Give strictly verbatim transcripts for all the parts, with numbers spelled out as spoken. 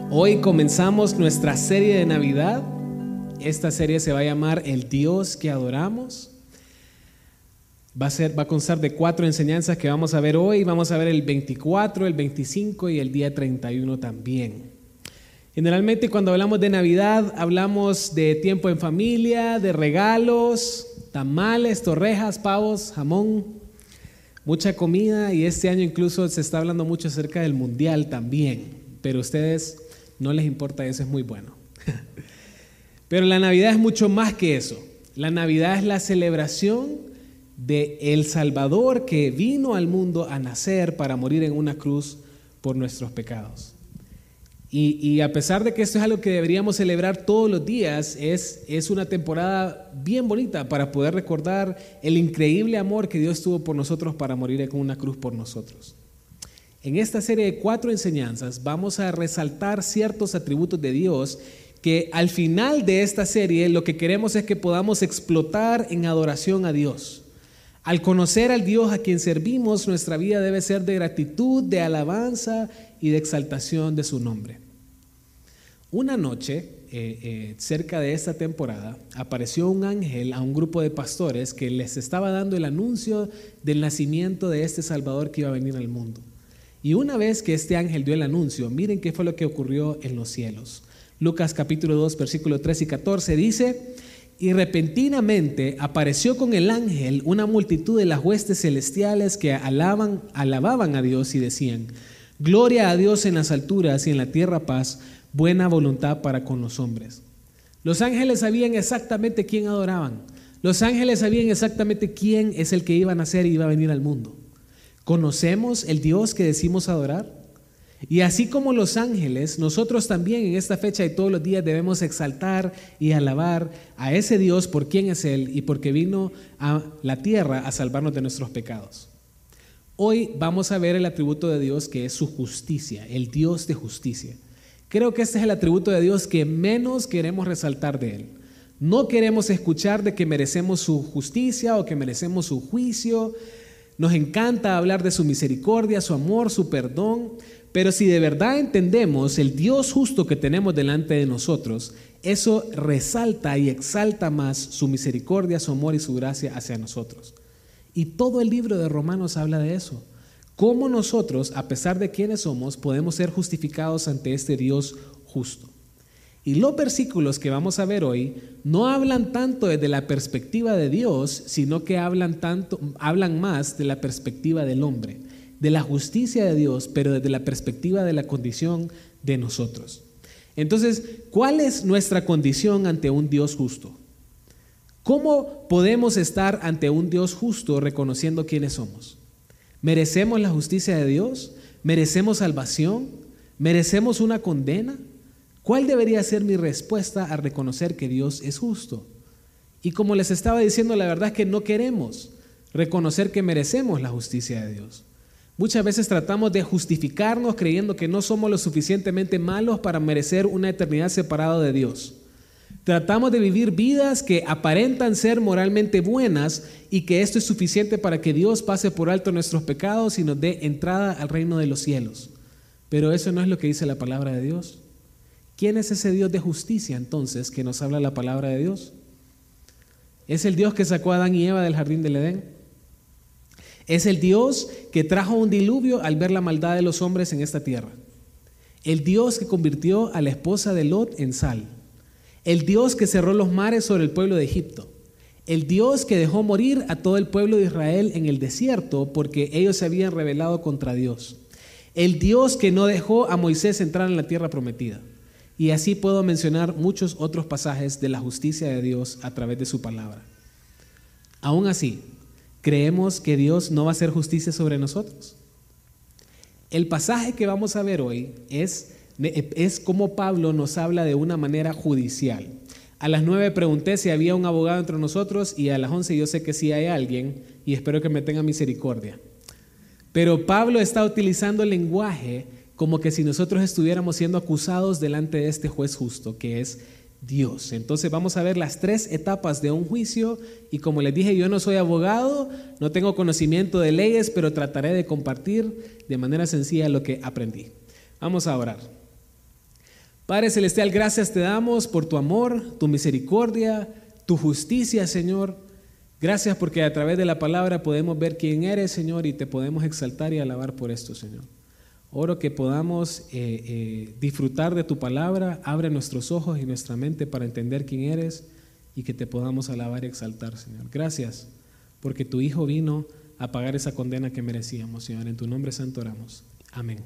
Hoy comenzamos nuestra serie de Navidad. Esta serie se va a llamar El Dios que adoramos. Va a ser, va a constar de cuatro enseñanzas que vamos a ver hoy. Vamos a ver el veinticuatro, el veinticinco y el día treinta y uno también. Generalmente cuando hablamos de Navidad hablamos de tiempo en familia, de regalos, tamales, torrejas, pavos, jamón, mucha comida, y este año incluso se está hablando mucho acerca del mundial también, pero a ustedes no les importa eso, es muy bueno. Pero la Navidad es mucho más que eso. La Navidad es la celebración de el Salvador que vino al mundo a nacer para morir en una cruz por nuestros pecados. Y, y a pesar de que esto es algo que deberíamos celebrar todos los días, es, es una temporada bien bonita para poder recordar el increíble amor que Dios tuvo por nosotros para morir en una cruz por nosotros. En esta serie de cuatro enseñanzas vamos a resaltar ciertos atributos de Dios que al final de esta serie lo que queremos es que podamos explotar en adoración a Dios. Al conocer al Dios a quien servimos, nuestra vida debe ser de gratitud, de alabanza y de exaltación de su nombre. Una noche, eh, eh, cerca de esta temporada, apareció un ángel a un grupo de pastores que les estaba dando el anuncio del nacimiento de este Salvador que iba a venir al mundo. Y una vez que este ángel dio el anuncio, miren qué fue lo que ocurrió en los cielos. Lucas capítulo dos, versículos tres y catorce dice: y repentinamente apareció con el ángel una multitud de las huestes celestiales que alaban, alababan a Dios y decían: gloria a Dios en las alturas y en la tierra paz, buena voluntad para con los hombres. Los ángeles sabían exactamente quién adoraban. Los ángeles sabían exactamente quién es el que iba a nacer y iba a venir al mundo. ¿Conocemos el Dios que decimos adorar? Y así como los ángeles, nosotros también en esta fecha y todos los días debemos exaltar y alabar a ese Dios por quién es Él y porque vino a la tierra a salvarnos de nuestros pecados. Hoy vamos a ver el atributo de Dios que es su justicia, el Dios de justicia. Creo que este es el atributo de Dios que menos queremos resaltar de Él. No queremos escuchar de que merecemos su justicia o que merecemos su juicio. Nos encanta hablar de su misericordia, su amor, su perdón, pero si de verdad entendemos el Dios justo que tenemos delante de nosotros, eso resalta y exalta más su misericordia, su amor y su gracia hacia nosotros. Y todo el libro de Romanos habla de eso. Cómo nosotros, a pesar de quiénes somos, podemos ser justificados ante este Dios justo. Y los versículos que vamos a ver hoy no hablan tanto desde la perspectiva de Dios, sino que hablan, tanto, hablan más de la perspectiva del hombre, de la justicia de Dios, pero desde la perspectiva de la condición de nosotros. Entonces, ¿cuál es nuestra condición ante un Dios justo? ¿Cómo podemos estar ante un Dios justo reconociendo quiénes somos? ¿Merecemos la justicia de Dios? ¿Merecemos salvación? ¿Merecemos una condena? ¿Cuál debería ser mi respuesta a reconocer que Dios es justo? Y como les estaba diciendo, la verdad es que no queremos reconocer que merecemos la justicia de Dios. Muchas veces tratamos de justificarnos creyendo que no somos lo suficientemente malos para merecer una eternidad separada de Dios. Tratamos de vivir vidas que aparentan ser moralmente buenas y que esto es suficiente para que Dios pase por alto nuestros pecados y nos dé entrada al reino de los cielos. Pero eso no es lo que dice la palabra de Dios. ¿Quién es ese Dios de justicia entonces que nos habla la palabra de Dios? ¿Es el Dios que sacó a Adán y Eva del jardín del Edén? ¿Es el Dios que trajo un diluvio al ver la maldad de los hombres en esta tierra? ¿El Dios que convirtió a la esposa de Lot en sal? ¿El Dios que cerró los mares sobre el pueblo de Egipto? ¿El Dios que dejó morir a todo el pueblo de Israel en el desierto porque ellos se habían rebelado contra Dios? ¿El Dios que no dejó a Moisés entrar en la tierra prometida? Y así puedo mencionar muchos otros pasajes de la justicia de Dios a través de su palabra. Aún así, ¿creemos que Dios no va a hacer justicia sobre nosotros? El pasaje que vamos a ver hoy es, es como Pablo nos habla de una manera judicial. A las nueve pregunté si había un abogado entre nosotros y a las once yo sé que sí hay alguien y espero que me tenga misericordia. Pero Pablo está utilizando el lenguaje como que si nosotros estuviéramos siendo acusados delante de este juez justo, que es Dios. Entonces vamos a ver las tres etapas de un juicio y como les dije, yo no soy abogado, no tengo conocimiento de leyes, pero trataré de compartir de manera sencilla lo que aprendí. Vamos a orar. Padre Celestial, gracias te damos por tu amor, tu misericordia, tu justicia, Señor. Gracias porque a través de la palabra podemos ver quién eres, Señor, y te podemos exaltar y alabar por esto, Señor. Oro que podamos eh, eh, disfrutar de tu palabra, abre nuestros ojos y nuestra mente para entender quién eres y que te podamos alabar y exaltar, Señor. Gracias porque tu Hijo vino a pagar esa condena que merecíamos, Señor. En tu nombre santo oramos. Amén.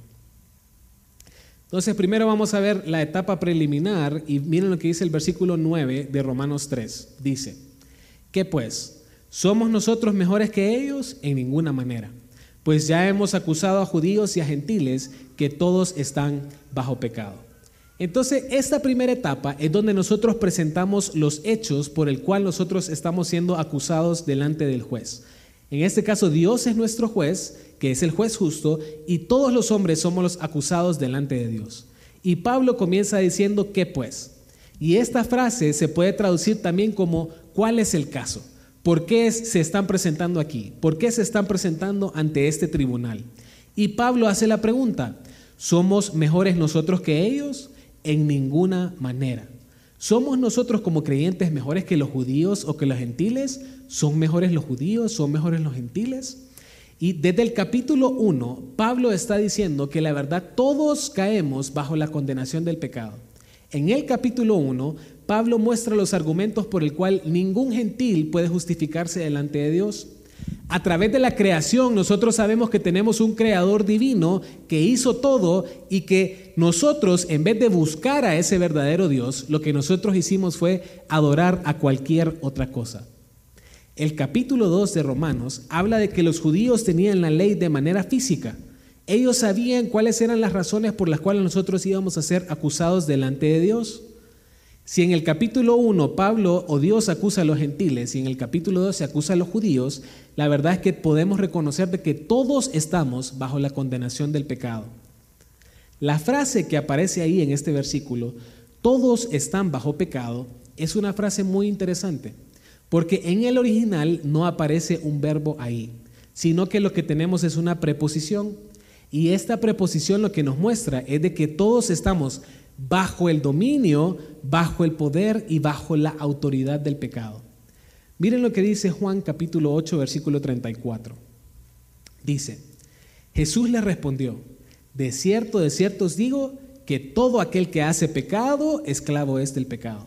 Entonces, primero vamos a ver la etapa preliminar y miren lo que dice el versículo nueve de Romanos tres. Dice, ¿qué pues? ¿Somos nosotros mejores que ellos? En ninguna manera. Pues ya hemos acusado a judíos y a gentiles que todos están bajo pecado. Entonces, esta primera etapa es donde nosotros presentamos los hechos por el cual nosotros estamos siendo acusados delante del juez. En este caso, Dios es nuestro juez, que es el juez justo, y todos los hombres somos los acusados delante de Dios. Y Pablo comienza diciendo, ¿qué pues? Y esta frase se puede traducir también como, ¿cuál es el caso? ¿Por qué se están presentando aquí? ¿Por qué se están presentando ante este tribunal? Y Pablo hace la pregunta, ¿somos mejores nosotros que ellos? En ninguna manera. ¿Somos nosotros como creyentes mejores que los judíos o que los gentiles? ¿Son mejores los judíos? ¿Son mejores los gentiles? Y desde el capítulo uno, Pablo está diciendo que la verdad todos caemos bajo la condenación del pecado. En el capítulo uno, Pablo muestra los argumentos por el cual ningún gentil puede justificarse delante de Dios. A través de la creación nosotros sabemos que tenemos un creador divino que hizo todo y que nosotros, en vez de buscar a ese verdadero Dios, lo que nosotros hicimos fue adorar a cualquier otra cosa. El capítulo dos de Romanos habla de que los judíos tenían la ley de manera física. Ellos sabían cuáles eran las razones por las cuales nosotros íbamos a ser acusados delante de Dios. Si en el capítulo uno Pablo o Dios acusa a los gentiles y en el capítulo dos se acusa a los judíos, la verdad es que podemos reconocer de que todos estamos bajo la condenación del pecado. La frase que aparece ahí en este versículo, todos están bajo pecado, es una frase muy interesante, porque en el original no aparece un verbo ahí, sino que lo que tenemos es una preposición, y esta preposición lo que nos muestra es de que todos estamos bajo el dominio, bajo el poder y bajo la autoridad del pecado. Miren lo que dice Juan capítulo ocho, versículo treinta y cuatro. Dice, Jesús le respondió, de cierto, de cierto os digo que todo aquel que hace pecado, esclavo es del pecado.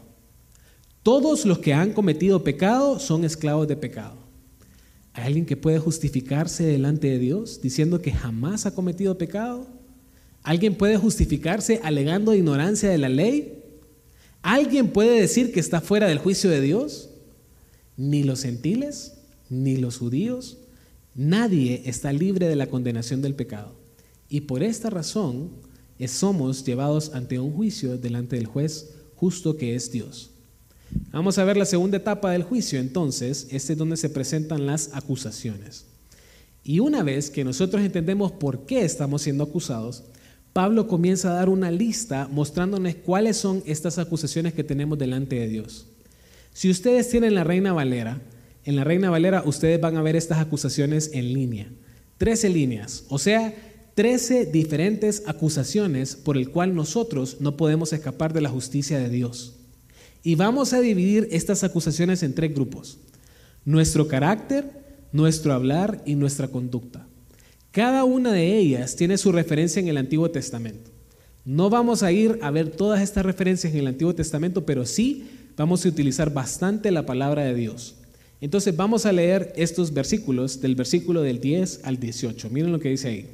Todos los que han cometido pecado son esclavos de pecado. ¿Hay alguien que puede justificarse delante de Dios diciendo que jamás ha cometido pecado? ¿Alguien puede justificarse alegando ignorancia de la ley? ¿Alguien puede decir que está fuera del juicio de Dios? Ni los gentiles, ni los judíos, nadie está libre de la condenación del pecado. Y por esta razón somos llevados ante un juicio delante del juez justo que es Dios. Vamos a ver la segunda etapa del juicio. Entonces, este es donde se presentan las acusaciones. Y una vez que nosotros entendemos por qué estamos siendo acusados, Pablo comienza a dar una lista mostrándonos cuáles son estas acusaciones que tenemos delante de Dios. Si ustedes tienen la Reina Valera, en la Reina Valera ustedes van a ver estas acusaciones en línea. trece líneas, o sea, trece diferentes acusaciones por el cual nosotros no podemos escapar de la justicia de Dios. Y vamos a dividir estas acusaciones en tres grupos: nuestro carácter, nuestro hablar y nuestra conducta. Cada una de ellas tiene su referencia en el Antiguo Testamento. No vamos a ir a ver todas estas referencias en el Antiguo Testamento, pero sí vamos a utilizar bastante la palabra de Dios. Entonces vamos a leer estos versículos del versículo del diez al dieciocho. Miren lo que dice ahí.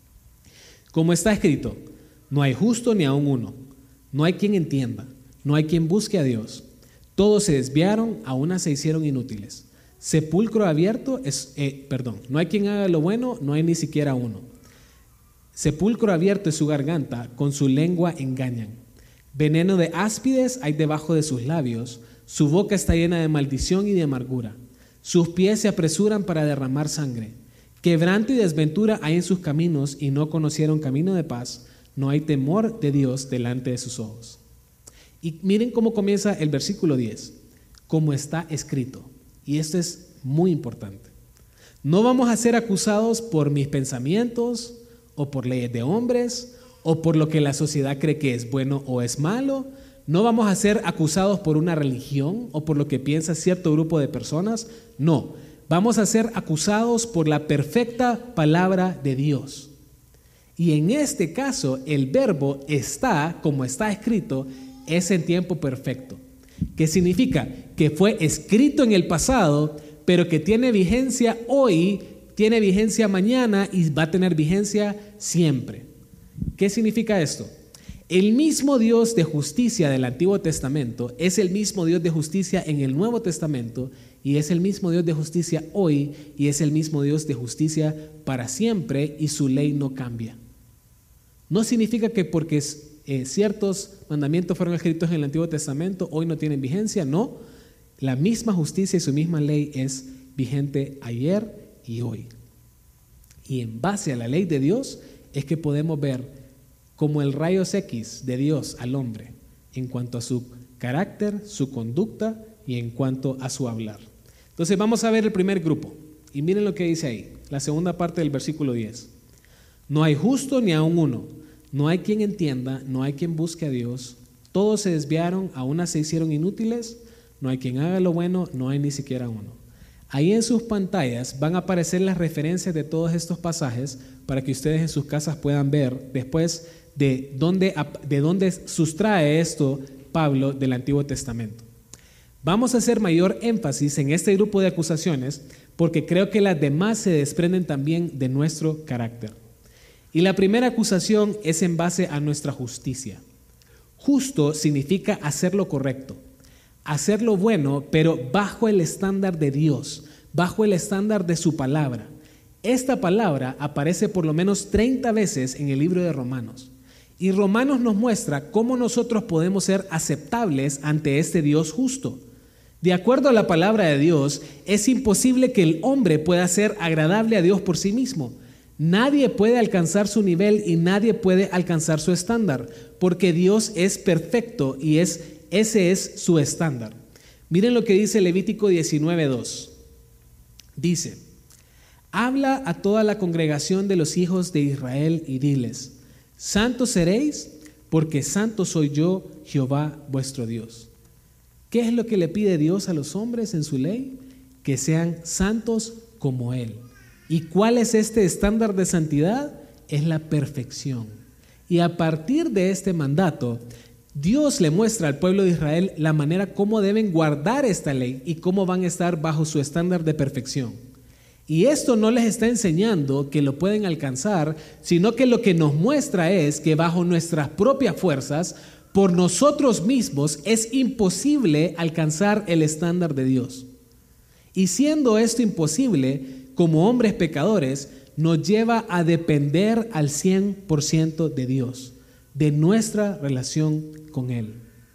Como está escrito, no hay justo ni aun uno, no hay quien entienda, no hay quien busque a Dios. Todos se desviaron, a una se hicieron inútiles. Sepulcro abierto es, eh, perdón, no hay quien haga lo bueno, no hay ni siquiera uno. Sepulcro abierto es su garganta, con su lengua engañan. Veneno de áspides hay debajo de sus labios, su boca está llena de maldición y de amargura. Sus pies se apresuran para derramar sangre. Quebranto y desventura hay en sus caminos y no conocieron camino de paz. No hay temor de Dios delante de sus ojos. Y miren cómo comienza el versículo diez, como está escrito. Y esto es muy importante. No vamos a ser acusados por mis pensamientos o por leyes de hombres o por lo que la sociedad cree que es bueno o es malo. No vamos a ser acusados por una religión o por lo que piensa cierto grupo de personas. No, vamos a ser acusados por la perfecta palabra de Dios. Y en este caso, el verbo está, como está escrito, es en tiempo perfecto. ¿Qué significa? Que fue escrito en el pasado, pero que tiene vigencia hoy, tiene vigencia mañana y va a tener vigencia siempre. ¿Qué significa esto? El mismo Dios de justicia del Antiguo Testamento es el mismo Dios de justicia en el Nuevo Testamento y es el mismo Dios de justicia hoy y es el mismo Dios de justicia para siempre y su ley no cambia. No significa que porque eh, ciertos mandamientos fueron escritos en el Antiguo Testamento hoy no tienen vigencia, no. La misma justicia y su misma ley es vigente ayer y hoy. Y en base a la ley de Dios es que podemos ver como el rayos X de Dios al hombre en cuanto a su carácter, su conducta y en cuanto a su hablar. Entonces vamos a ver el primer grupo y miren lo que dice ahí, la segunda parte del versículo diez. No hay justo ni aun uno, no hay quien entienda, no hay quien busque a Dios, todos se desviaron, a una se hicieron inútiles, no hay quien haga lo bueno, no hay ni siquiera uno. Ahí en sus pantallas van a aparecer las referencias de todos estos pasajes para que ustedes en sus casas puedan ver después de dónde, de dónde sustrae esto Pablo del Antiguo Testamento. Vamos a hacer mayor énfasis en este grupo de acusaciones porque creo que las demás se desprenden también de nuestro carácter. Y la primera acusación es en base a nuestra justicia. Justo significa hacer lo correcto, hacer lo bueno, pero bajo el estándar de Dios, bajo el estándar de su palabra. Esta palabra aparece por lo menos treinta veces en el libro de Romanos. Y Romanos nos muestra cómo nosotros podemos ser aceptables ante este Dios justo. De acuerdo a la palabra de Dios, es imposible que el hombre pueda ser agradable a Dios por sí mismo. Nadie puede alcanzar su nivel y nadie puede alcanzar su estándar, porque Dios es perfecto y es, ese es su estándar. Miren lo que dice Levítico diecinueve dos. Dice: habla a toda la congregación de los hijos de Israel y diles: santos seréis, porque santo soy yo, Jehová vuestro Dios. ¿Qué es lo que le pide Dios a los hombres en su ley? Que sean santos como Él. ¿Y cuál es este estándar de santidad? Es la perfección. Y a partir de este mandato, Dios le muestra al pueblo de Israel la manera como deben guardar esta ley y cómo van a estar bajo su estándar de perfección. Y esto no les está enseñando que lo pueden alcanzar, sino que lo que nos muestra es que bajo nuestras propias fuerzas, por nosotros mismos, es imposible alcanzar el estándar de Dios. Y siendo esto imposible, como hombres pecadores, nos lleva a depender al cien por ciento de Dios, de nuestra relación con Él.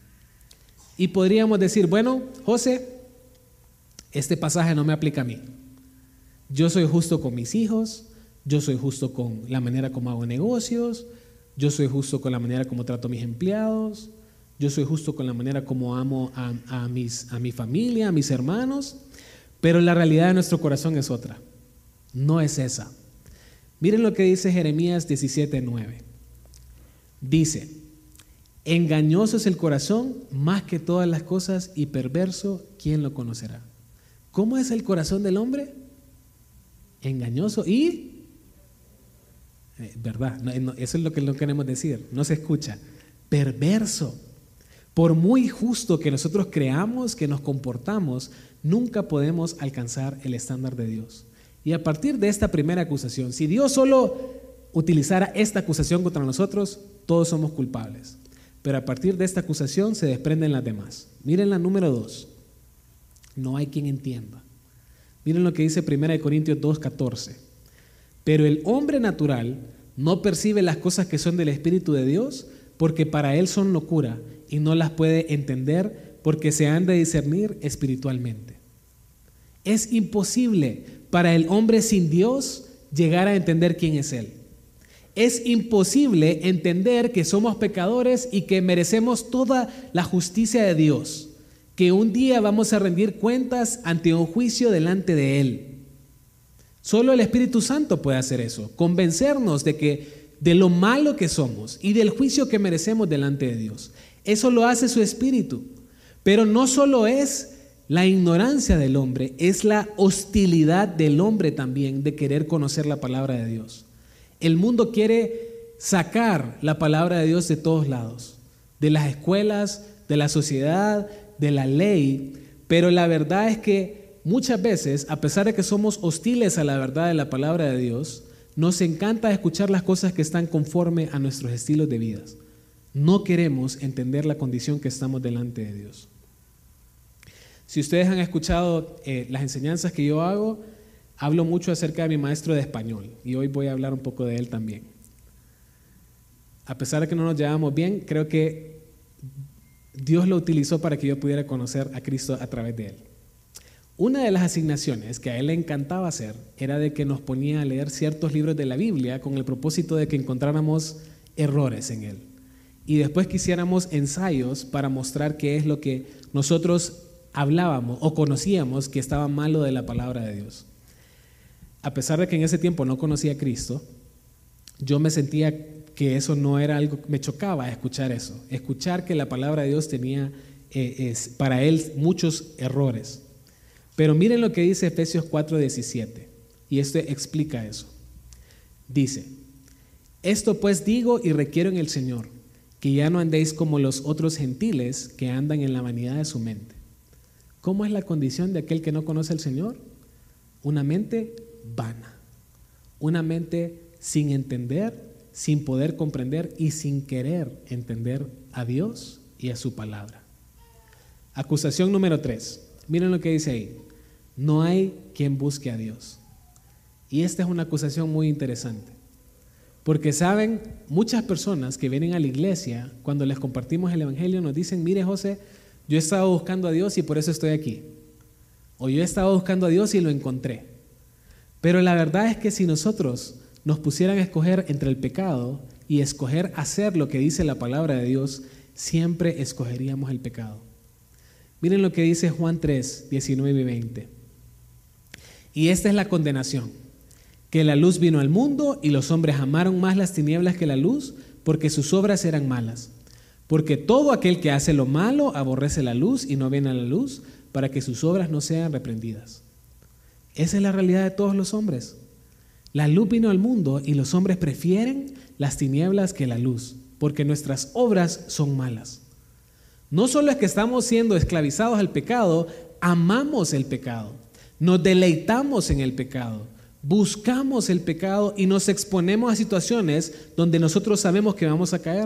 Y podríamos decir, bueno, José, este pasaje no me aplica a mí. Yo soy justo con mis hijos, yo soy justo con la manera como hago negocios, yo soy justo con la manera como trato a mis empleados, yo soy justo con la manera como amo a, a, mis, a mi familia, a mis hermanos, pero la realidad de nuestro corazón es otra, no es esa. Miren lo que dice Jeremías diecisiete nueve. Dice: engañoso es el corazón más que todas las cosas y perverso, ¿quién lo conocerá? ¿Cómo es el corazón del hombre? Engañoso y, eh, ¿verdad? No, no, eso es lo que no queremos decir, no se escucha. Perverso. Por muy justo que nosotros creamos, que nos comportamos, nunca podemos alcanzar el estándar de Dios. Y a partir de esta primera acusación, si Dios solo utilizara esta acusación contra nosotros, todos somos culpables. Pero a partir de esta acusación se desprenden las demás. Miren la número dos. No hay quien entienda. Miren lo que dice primera de Corintios dos catorce. Pero el hombre natural no percibe las cosas que son del Espíritu de Dios, porque para él son locura y no las puede entender porque se han de discernir espiritualmente. Es imposible para el hombre sin Dios llegar a entender quién es Él. Es imposible entender que somos pecadores y que merecemos toda la justicia de Dios, que un día vamos a rendir cuentas ante un juicio delante de Él. Solo el Espíritu Santo puede hacer eso, convencernos de que de lo malo que somos y del juicio que merecemos delante de Dios. Eso lo hace su Espíritu. Pero no solo es la ignorancia del hombre, es la hostilidad del hombre también de querer conocer la palabra de Dios. El mundo quiere sacar la palabra de Dios de todos lados, de las escuelas, de la sociedad, de la ley, pero la verdad es que muchas veces, a pesar de que somos hostiles a la verdad de la palabra de Dios, nos encanta escuchar las cosas que están conforme a nuestros estilos de vida. No queremos entender la condición que estamos delante de Dios. Si ustedes han escuchado eh, las enseñanzas que yo hago, hablo mucho acerca de mi maestro de español y hoy voy a hablar un poco de él también. A pesar de que no nos llevamos bien, creo que Dios lo utilizó para que yo pudiera conocer a Cristo a través de él. Una de las asignaciones que a él le encantaba hacer era de que nos ponía a leer ciertos libros de la Biblia con el propósito de que encontráramos errores en él. Y después que hiciéramos ensayos para mostrar qué es lo que nosotros hablábamos o conocíamos que estaba malo de la palabra de Dios. A pesar de que en ese tiempo no conocía a Cristo, yo me sentía que eso no era algo, me chocaba escuchar eso, escuchar que la palabra de Dios tenía eh, es, para él muchos errores. Pero miren lo que dice Efesios cuatro diecisiete, y esto explica eso. Dice: esto pues digo y requiero en el Señor, que ya no andéis como los otros gentiles que andan en la vanidad de su mente. ¿Cómo es la condición de aquel que no conoce al Señor? Una mente vana, una mente sin entender, sin poder comprender y sin querer entender a Dios y a su palabra. Acusación número tres. Miren lo que dice ahí: no hay quien busque a Dios. Y esta es una acusación muy interesante, porque saben, muchas personas que vienen a la iglesia, cuando les compartimos el evangelio, nos dicen: mire, José, yo he estado buscando a Dios y por eso estoy aquí. O yo he estado buscando a Dios y lo encontré. Pero la verdad es que si nosotros nos pusieran a escoger entre el pecado y escoger hacer lo que dice la palabra de Dios, siempre escogeríamos el pecado. Miren lo que dice Juan tres, diecinueve y veinte. Y esta es la condenación, que la luz vino al mundo y los hombres amaron más las tinieblas que la luz, porque sus obras eran malas. Porque todo aquel que hace lo malo aborrece la luz y no viene a la luz, para que sus obras no sean reprendidas. Esa es la realidad de todos los hombres. La luz vino al mundo y los hombres prefieren las tinieblas que la luz, porque nuestras obras son malas. No solo es que estamos siendo esclavizados al pecado, amamos el pecado, nos deleitamos en el pecado, buscamos el pecado y nos exponemos a situaciones donde nosotros sabemos que vamos a caer.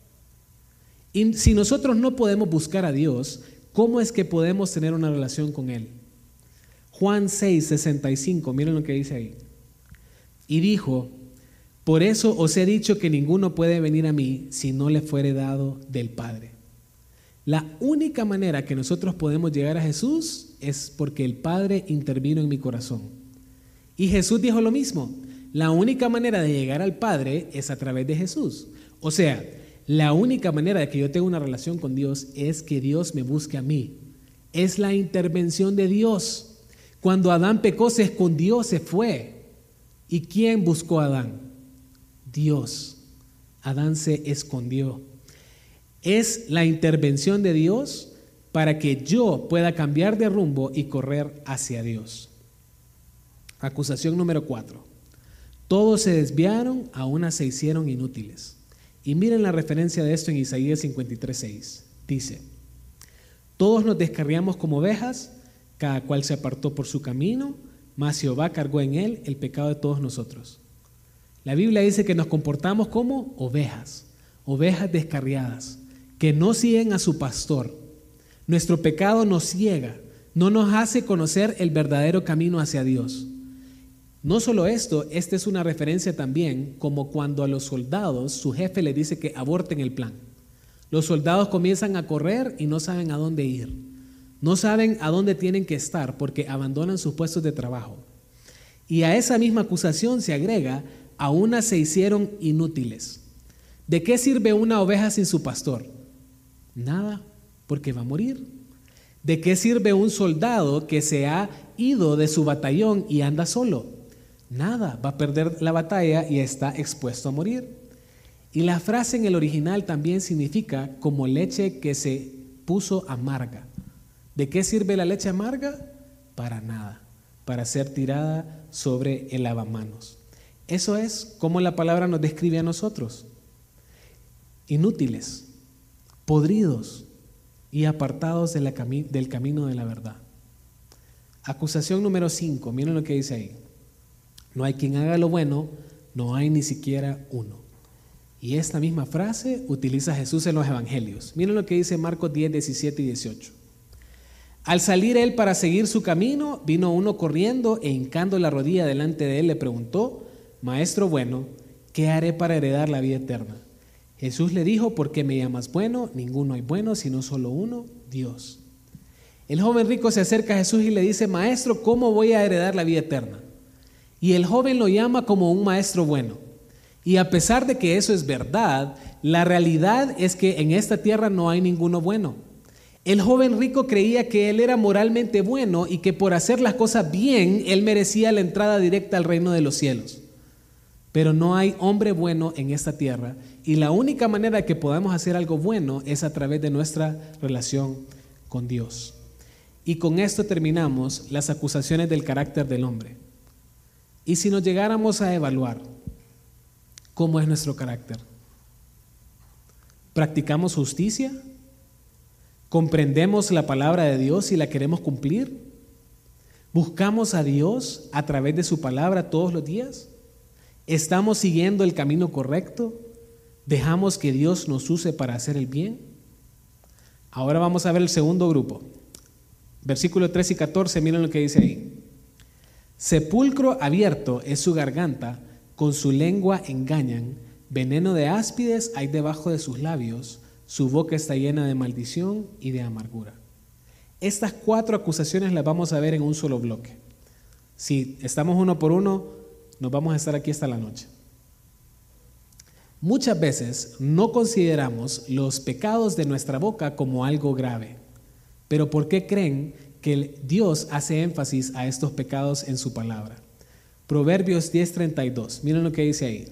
Y si nosotros no podemos buscar a Dios, ¿cómo es que podemos tener una relación con Él? Juan seis, sesenta y cinco, miren lo que dice ahí. Y dijo: por eso os he dicho que ninguno puede venir a mí si no le fuere dado del Padre. La única manera que nosotros podemos llegar a Jesús es porque el Padre intervino en mi corazón. Y Jesús dijo lo mismo: la única manera de llegar al Padre es a través de Jesús. O sea, la única manera de que yo tenga una relación con Dios es que Dios me busque a mí. Es la intervención de Dios. Cuando Adán pecó, se escondió, se fue. ¿Y quién buscó a Adán? Dios. Adán se escondió. Es la intervención de Dios para que yo pueda cambiar de rumbo y correr hacia Dios. Acusación número cuatro. Todos se desviaron, a una se hicieron inútiles. Y miren la referencia de esto en Isaías cincuenta y tres, seis. Dice: todos nos descarriamos como ovejas, cada cual se apartó por su camino, mas Jehová cargó en él el pecado de todos nosotros. La Biblia dice que nos comportamos como ovejas, ovejas descarriadas, que no siguen a su pastor. Nuestro pecado nos ciega, no nos hace conocer el verdadero camino hacia Dios. No solo esto, esta es una referencia también como cuando a los soldados su jefe les dice que aborten el plan. Los soldados comienzan a correr y no saben a dónde ir. No saben a dónde tienen que estar porque abandonan sus puestos de trabajo. Y a esa misma acusación se agrega: a una se hicieron inútiles. ¿De qué sirve una oveja sin su pastor? Nada, porque va a morir. ¿De qué sirve un soldado que se ha ido de su batallón y anda solo? Nada, va a perder la batalla y está expuesto a morir. Y la frase en el original también significa como leche que se puso amarga. ¿De qué sirve la leche amarga? Para nada, para ser tirada sobre el lavamanos. Eso es como la palabra nos describe a nosotros. Inútiles, podridos y apartados de la cami- del camino de la verdad. Acusación número cinco, miren lo que dice ahí. No hay quien haga lo bueno, no hay ni siquiera uno. Y esta misma frase utiliza Jesús en los evangelios. Miren lo que dice Marcos diez, diecisiete y dieciocho. Al salir él para seguir su camino, vino uno corriendo e hincando la rodilla delante de él le preguntó: Maestro bueno, ¿qué haré para heredar la vida eterna? Jesús le dijo: ¿por qué me llamas bueno? Ninguno hay bueno, sino solo uno, Dios. El joven rico se acerca a Jesús y le dice: Maestro, ¿cómo voy a heredar la vida eterna? Y el joven lo llama como un maestro bueno. Y a pesar de que eso es verdad, la realidad es que en esta tierra no hay ninguno bueno. El joven rico creía que él era moralmente bueno y que por hacer las cosas bien, él merecía la entrada directa al reino de los cielos. Pero no hay hombre bueno en esta tierra y la única manera que podamos hacer algo bueno es a través de nuestra relación con Dios. Y con esto terminamos las acusaciones del carácter del hombre. Y si nos llegáramos a evaluar, ¿cómo es nuestro carácter? ¿Practicamos justicia? ¿Comprendemos la palabra de Dios y la queremos cumplir? ¿Buscamos a Dios a través de su palabra todos los días? ¿Estamos siguiendo el camino correcto? ¿Dejamos que Dios nos use para hacer el bien? Ahora vamos a ver el segundo grupo. Versículos tres y catorce, miren lo que dice ahí. Sepulcro abierto es su garganta, con su lengua engañan, veneno de áspides hay debajo de sus labios, su boca está llena de maldición y de amargura. Estas cuatro acusaciones las vamos a ver en un solo bloque. Si estamos uno por uno, nos vamos a estar aquí hasta la noche. Muchas veces no consideramos los pecados de nuestra boca como algo grave. Pero ¿por qué creen que Dios hace énfasis a estos pecados en su palabra? Proverbios diez, treinta y dos. Miren lo que dice ahí.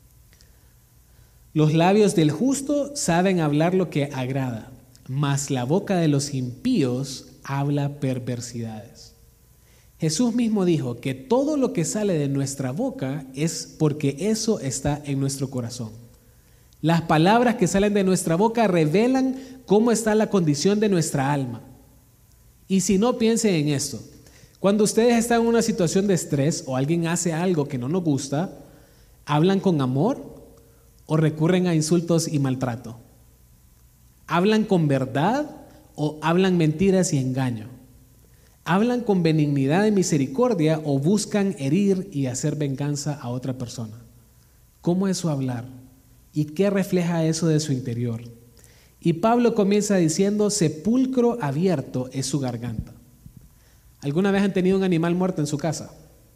Los labios del justo saben hablar lo que agrada, mas la boca de los impíos habla perversidades. Jesús mismo dijo que todo lo que sale de nuestra boca es porque eso está en nuestro corazón. Las palabras que salen de nuestra boca revelan cómo está la condición de nuestra alma. Y si no, piensen en esto. Cuando ustedes están en una situación de estrés o alguien hace algo que no nos gusta, ¿hablan con amor o recurren a insultos y maltrato? ¿Hablan con verdad o hablan mentiras y engaño? ¿Hablan con benignidad y misericordia o buscan herir y hacer venganza a otra persona? ¿Cómo es su hablar? ¿Y qué refleja eso de su interior? Y Pablo comienza diciendo: sepulcro abierto es su garganta. ¿Alguna vez han tenido un animal muerto en su casa?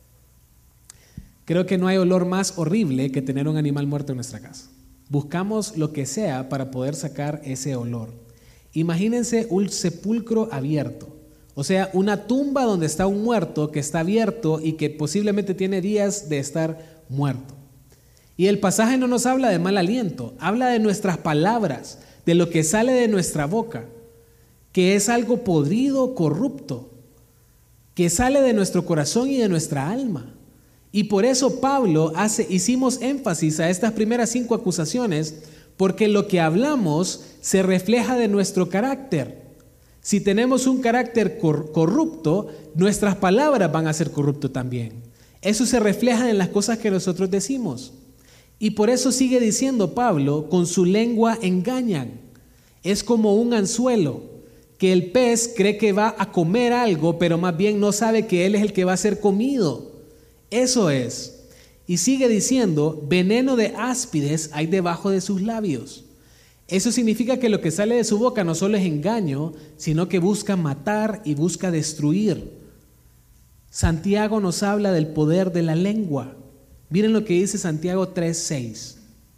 Creo que no hay olor más horrible que tener un animal muerto en nuestra casa. Buscamos lo que sea para poder sacar ese olor. Imagínense un sepulcro abierto, o sea, una tumba donde está un muerto que está abierto y que posiblemente tiene días de estar muerto. Y el pasaje no nos habla de mal aliento, habla de nuestras palabras, de lo que sale de nuestra boca, que es algo podrido, corrupto, que sale de nuestro corazón y de nuestra alma. Y por eso Pablo hace, hicimos énfasis a estas primeras cinco acusaciones, porque lo que hablamos se refleja de nuestro carácter. Si tenemos un carácter cor- corrupto, nuestras palabras van a ser corruptas también. Eso se refleja en las cosas que nosotros decimos. Y por eso sigue diciendo Pablo: con su lengua engañan. Es como un anzuelo, que el pez cree que va a comer algo, pero más bien no sabe que él es el que va a ser comido. Eso es. Y sigue diciendo: veneno de áspides hay debajo de sus labios. Eso significa que lo que sale de su boca no solo es engaño, sino que busca matar y busca destruir. Santiago nos habla del poder de la lengua. Miren lo que dice Santiago tres, seis.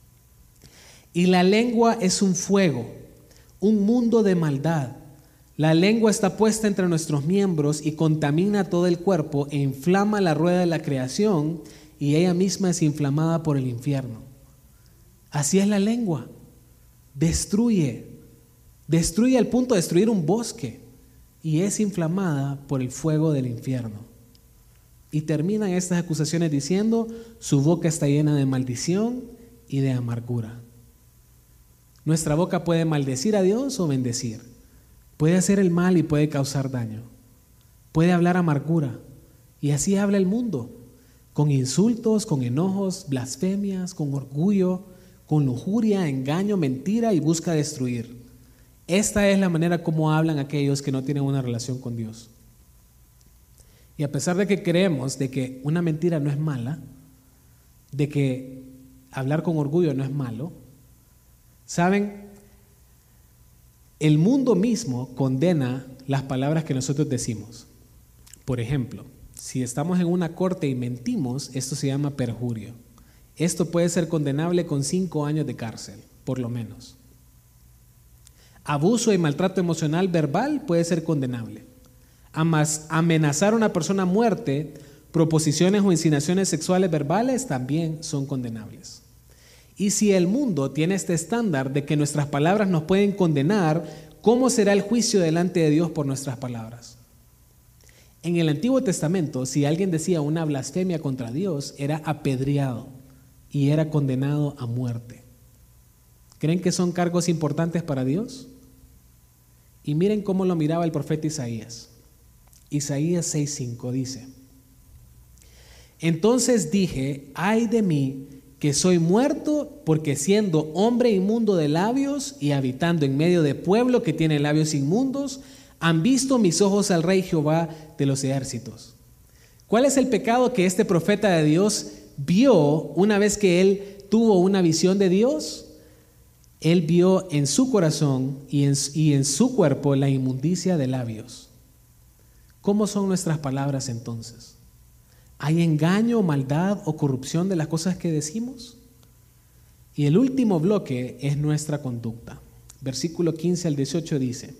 Y la lengua es un fuego, un mundo de maldad. La lengua está puesta entre nuestros miembros y contamina todo el cuerpo e inflama la rueda de la creación, y ella misma es inflamada por el infierno. Así es la lengua. Destruye. Destruye al punto de destruir un bosque. Y es inflamada por el fuego del infierno. Y terminan estas acusaciones diciendo: su boca está llena de maldición y de amargura. Nuestra boca puede maldecir a Dios o bendecir. Puede hacer el mal y puede causar daño. Puede hablar amargura. Y así habla el mundo. Con insultos, con enojos, blasfemias, con orgullo, con lujuria, engaño, mentira y busca destruir. Esta es la manera como hablan aquellos que no tienen una relación con Dios. Y a pesar de que creemos de que una mentira no es mala, de que hablar con orgullo no es malo, ¿saben? El mundo mismo condena las palabras que nosotros decimos. Por ejemplo, si estamos en una corte y mentimos, esto se llama perjurio. Esto puede ser condenable con cinco años de cárcel, por lo menos. Abuso y maltrato emocional verbal puede ser condenable. Amas, amenazar a una persona a muerte, proposiciones o insinuaciones sexuales verbales también son condenables. Y si el mundo tiene este estándar de que nuestras palabras nos pueden condenar, ¿cómo será el juicio delante de Dios por nuestras palabras? En el Antiguo Testamento, si alguien decía una blasfemia contra Dios, era apedreado y era condenado a muerte. ¿Creen que son cargos importantes para Dios? Y miren cómo lo miraba el profeta Isaías. Isaías seis cinco dice: entonces dije, ay de mí, que soy muerto, porque siendo hombre inmundo de labios y habitando en medio de pueblo que tiene labios inmundos, han visto mis ojos al Rey Jehová de los ejércitos. ¿Cuál es el pecado que este profeta de Dios vio una vez que él tuvo una visión de Dios? Él vio en su corazón y en, y en su cuerpo la inmundicia de labios. ¿Cómo son nuestras palabras entonces? ¿Hay engaño, maldad o corrupción de las cosas que decimos? Y el último bloque es nuestra conducta. Versículo quince al dieciocho dice: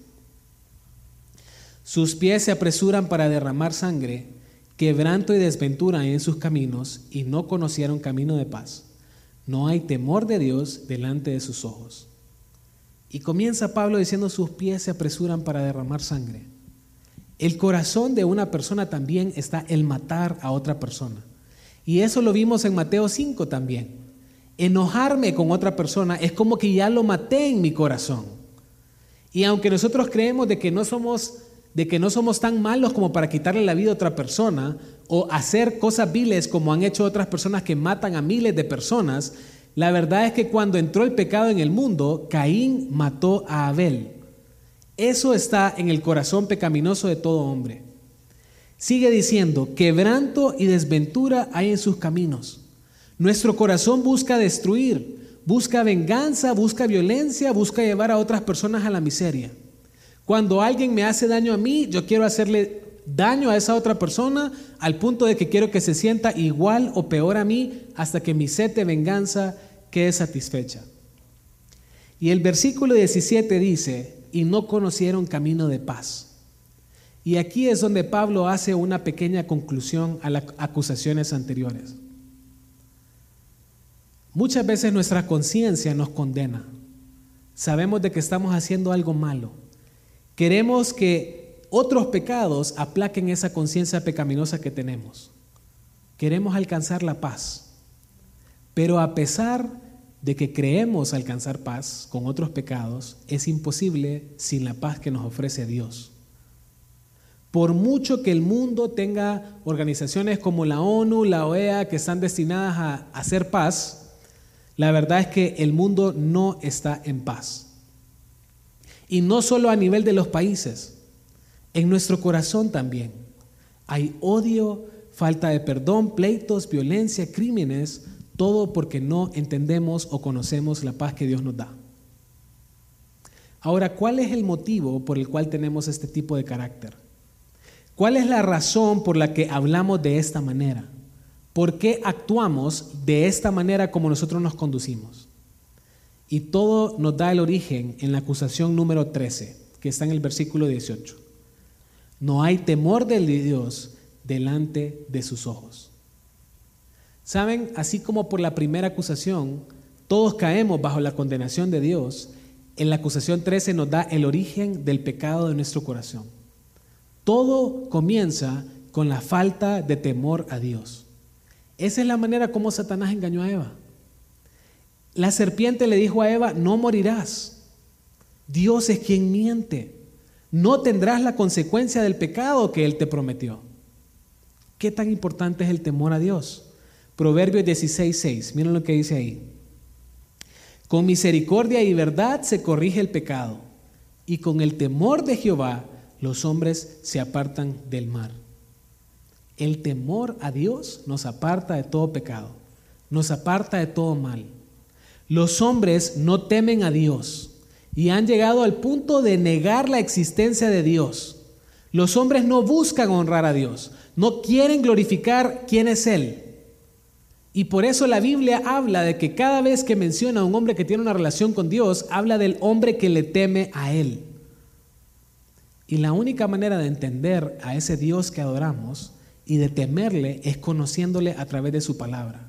sus pies se apresuran para derramar sangre, quebranto y desventura hay en sus caminos, y no conocieron camino de paz. No hay temor de Dios delante de sus ojos. Y comienza Pablo diciendo: sus pies se apresuran para derramar sangre. El corazón de una persona también está el matar a otra persona. Y eso lo vimos en Mateo cinco también. Enojarme con otra persona es como que ya lo maté en mi corazón. Y aunque nosotros creemos de que no somos, de que no somos tan malos como para quitarle la vida a otra persona o hacer cosas viles como han hecho otras personas que matan a miles de personas, la verdad es que cuando entró el pecado en el mundo, Caín mató a Abel. Eso está en el corazón pecaminoso de todo hombre. Sigue diciendo: quebranto y desventura hay en sus caminos. Nuestro corazón busca destruir, busca venganza, busca violencia, busca llevar a otras personas a la miseria. Cuando alguien me hace daño a mí, yo quiero hacerle daño a esa otra persona al punto de que quiero que se sienta igual o peor a mí hasta que mi sed de venganza quede satisfecha. Y el versículo diecisiete dice: y no conocieron camino de paz. Y aquí es donde Pablo hace una pequeña conclusión a las acusaciones anteriores. Muchas veces nuestra conciencia nos condena. Sabemos de que estamos haciendo algo malo. Queremos que otros pecados aplaquen esa conciencia pecaminosa que tenemos. Queremos alcanzar la paz. Pero a pesar de que creemos alcanzar paz con otros pecados, es imposible sin la paz que nos ofrece Dios. Por mucho que el mundo tenga organizaciones como la ONU, la O E A, que están destinadas a hacer paz, la verdad es que el mundo no está en paz. Y no solo a nivel de los países, en nuestro corazón también. Hay odio, falta de perdón, pleitos, violencia, crímenes, todo porque no entendemos o conocemos la paz que Dios nos da. Ahora, ¿cuál es el motivo por el cual tenemos este tipo de carácter? ¿Cuál es la razón por la que hablamos de esta manera? ¿Por qué actuamos de esta manera como nosotros nos conducimos? Y todo nos da el origen en la acusación número trece, que está en el versículo dieciocho. No hay temor de Dios delante de sus ojos. ¿Saben? Así como por la primera acusación, todos caemos bajo la condenación de Dios, en la acusación trece nos da el origen del pecado de nuestro corazón. Todo comienza con la falta de temor a Dios. Esa es la manera como Satanás engañó a Eva. La serpiente le dijo a Eva: no morirás. Dios es quien miente. No tendrás la consecuencia del pecado que Él te prometió. ¿Qué tan importante es el temor a Dios? Proverbios dieciséis seis, miren lo que dice ahí. Con misericordia y verdad se corrige el pecado, y con el temor de Jehová los hombres se apartan del mal. El temor a Dios nos aparta de todo pecado, nos aparta de todo mal. Los hombres no temen a Dios y han llegado al punto de negar la existencia de Dios. Los hombres no buscan honrar a Dios, no quieren glorificar quién es Él. Y por eso la Biblia habla de que cada vez que menciona a un hombre que tiene una relación con Dios, habla del hombre que le teme a Él. Y la única manera de entender a ese Dios que adoramos y de temerle es conociéndole a través de su palabra.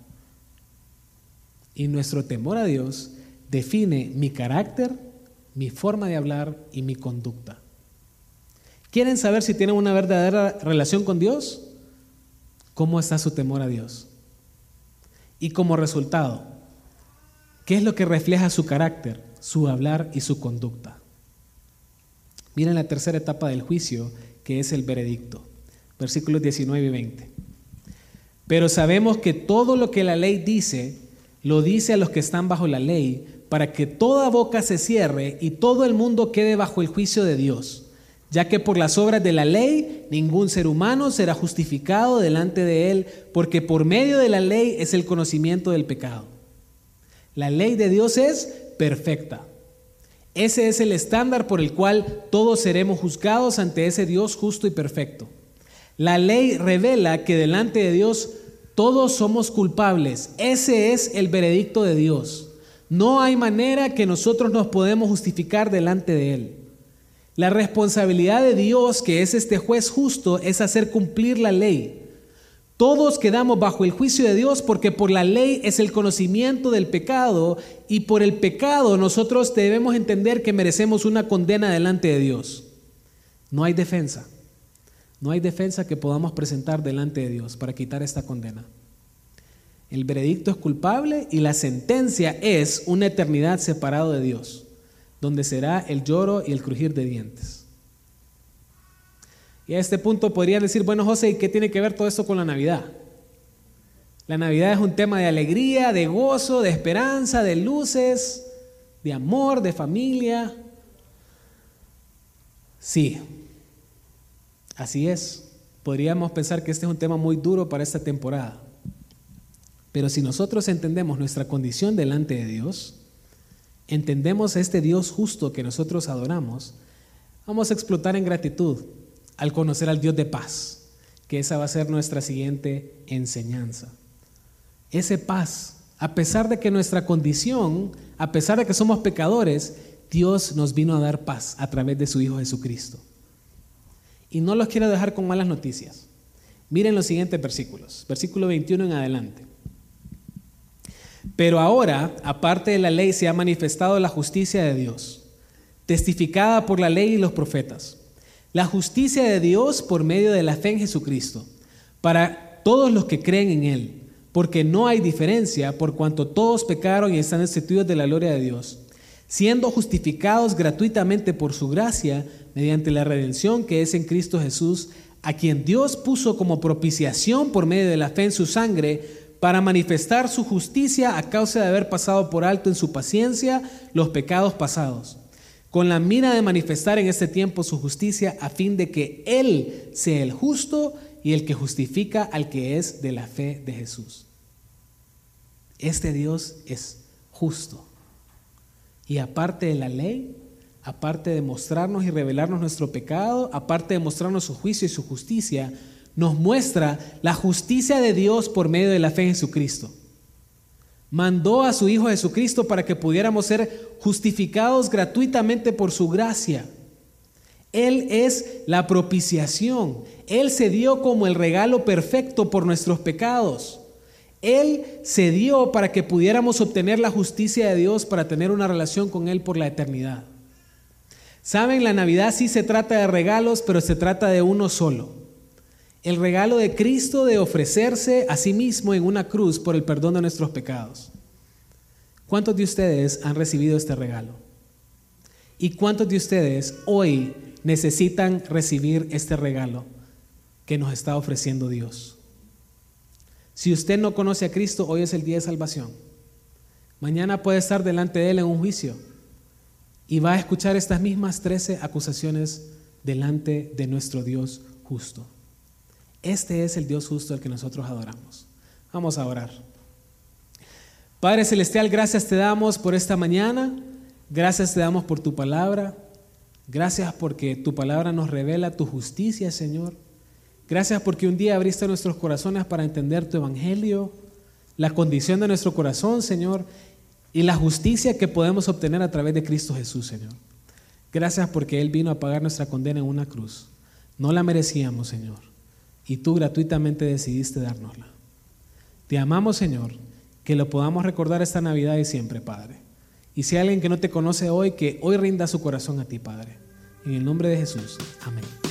Y nuestro temor a Dios define mi carácter, mi forma de hablar y mi conducta. ¿Quieren saber si tienen una verdadera relación con Dios? ¿Cómo está su temor a Dios? Y como resultado, ¿qué es lo que refleja su carácter, su hablar y su conducta? Miren la tercera etapa del juicio, que es el veredicto. Versículos diecinueve y veinte. Pero sabemos que todo lo que la ley dice, lo dice a los que están bajo la ley, para que toda boca se cierre y todo el mundo quede bajo el juicio de Dios. Ya que por las obras de la ley ningún ser humano será justificado delante de Él, porque por medio de la ley es el conocimiento del pecado. La ley de Dios es perfecta. Ese es el estándar por el cual todos seremos juzgados ante ese Dios justo y perfecto. La ley revela que delante de Dios todos somos culpables. Ese es el veredicto de Dios. No hay manera que nosotros nos podemos justificar delante de Él. La responsabilidad de Dios, que es este juez justo, es hacer cumplir la ley. Todos quedamos bajo el juicio de Dios porque por la ley es el conocimiento del pecado y por el pecado nosotros debemos entender que merecemos una condena delante de Dios. No hay defensa. No hay defensa que podamos presentar delante de Dios para quitar esta condena. El veredicto es culpable y la sentencia es una eternidad separado de Dios, donde será el lloro y el crujir de dientes. Y a este punto podrían decir: bueno, José, ¿y qué tiene que ver todo esto con la Navidad? La Navidad es un tema de alegría, de gozo, de esperanza, de luces, de amor, de familia. Sí, así es. Podríamos pensar que este es un tema muy duro para esta temporada. Pero si nosotros entendemos nuestra condición delante de Dios, entendemos a este Dios justo que nosotros adoramos, vamos a explotar en gratitud al conocer al Dios de paz, que esa va a ser nuestra siguiente enseñanza. Ese paz, a pesar de que nuestra condición, a pesar de que somos pecadores, Dios nos vino a dar paz a través de su Hijo Jesucristo. Y no los quiero dejar con malas noticias. Miren los siguientes versículos, versículo veintiuno en adelante. Pero ahora, aparte de la ley, se ha manifestado la justicia de Dios, testificada por la ley y los profetas. La justicia de Dios por medio de la fe en Jesucristo, para todos los que creen en Él, porque no hay diferencia, por cuanto todos pecaron y están destituidos de la gloria de Dios, siendo justificados gratuitamente por su gracia, mediante la redención que es en Cristo Jesús, a quien Dios puso como propiciación por medio de la fe en su sangre, para manifestar su justicia a causa de haber pasado por alto en su paciencia los pecados pasados, con la mira de manifestar en este tiempo su justicia, a fin de que Él sea el justo y el que justifica al que es de la fe de Jesús. Este Dios es justo. Y aparte de la ley, aparte de mostrarnos y revelarnos nuestro pecado, aparte de mostrarnos su juicio y su justicia, nos muestra la justicia de Dios por medio de la fe en Jesucristo. Mandó a su Hijo Jesucristo para que pudiéramos ser justificados gratuitamente por su gracia. Él es la propiciación. Él se dio como el regalo perfecto por nuestros pecados. Él se dio para que pudiéramos obtener la justicia de Dios para tener una relación con Él por la eternidad. Saben, la Navidad sí se trata de regalos, pero se trata de uno solo. El regalo de Cristo de ofrecerse a sí mismo en una cruz por el perdón de nuestros pecados. ¿Cuántos de ustedes han recibido este regalo? ¿Y cuántos de ustedes hoy necesitan recibir este regalo que nos está ofreciendo Dios? Si usted no conoce a Cristo, hoy es el día de salvación. Mañana puede estar delante de Él en un juicio y va a escuchar estas mismas trece acusaciones delante de nuestro Dios justo. Este es el Dios justo al que nosotros adoramos. Vamos a orar. Padre Celestial, gracias te damos por esta mañana. Gracias te damos por tu palabra. Gracias porque tu palabra nos revela tu justicia, Señor. Gracias porque un día abriste nuestros corazones para entender tu evangelio, la condición de nuestro corazón, Señor, y la justicia que podemos obtener a través de Cristo Jesús, Señor. Gracias porque Él vino a pagar nuestra condena en una cruz. No la merecíamos, Señor, y tú gratuitamente decidiste dárnosla. Te amamos, Señor, que lo podamos recordar esta Navidad y siempre, Padre. Y si hay alguien que no te conoce hoy, que hoy rinda su corazón a ti, Padre. En el nombre de Jesús. Amén.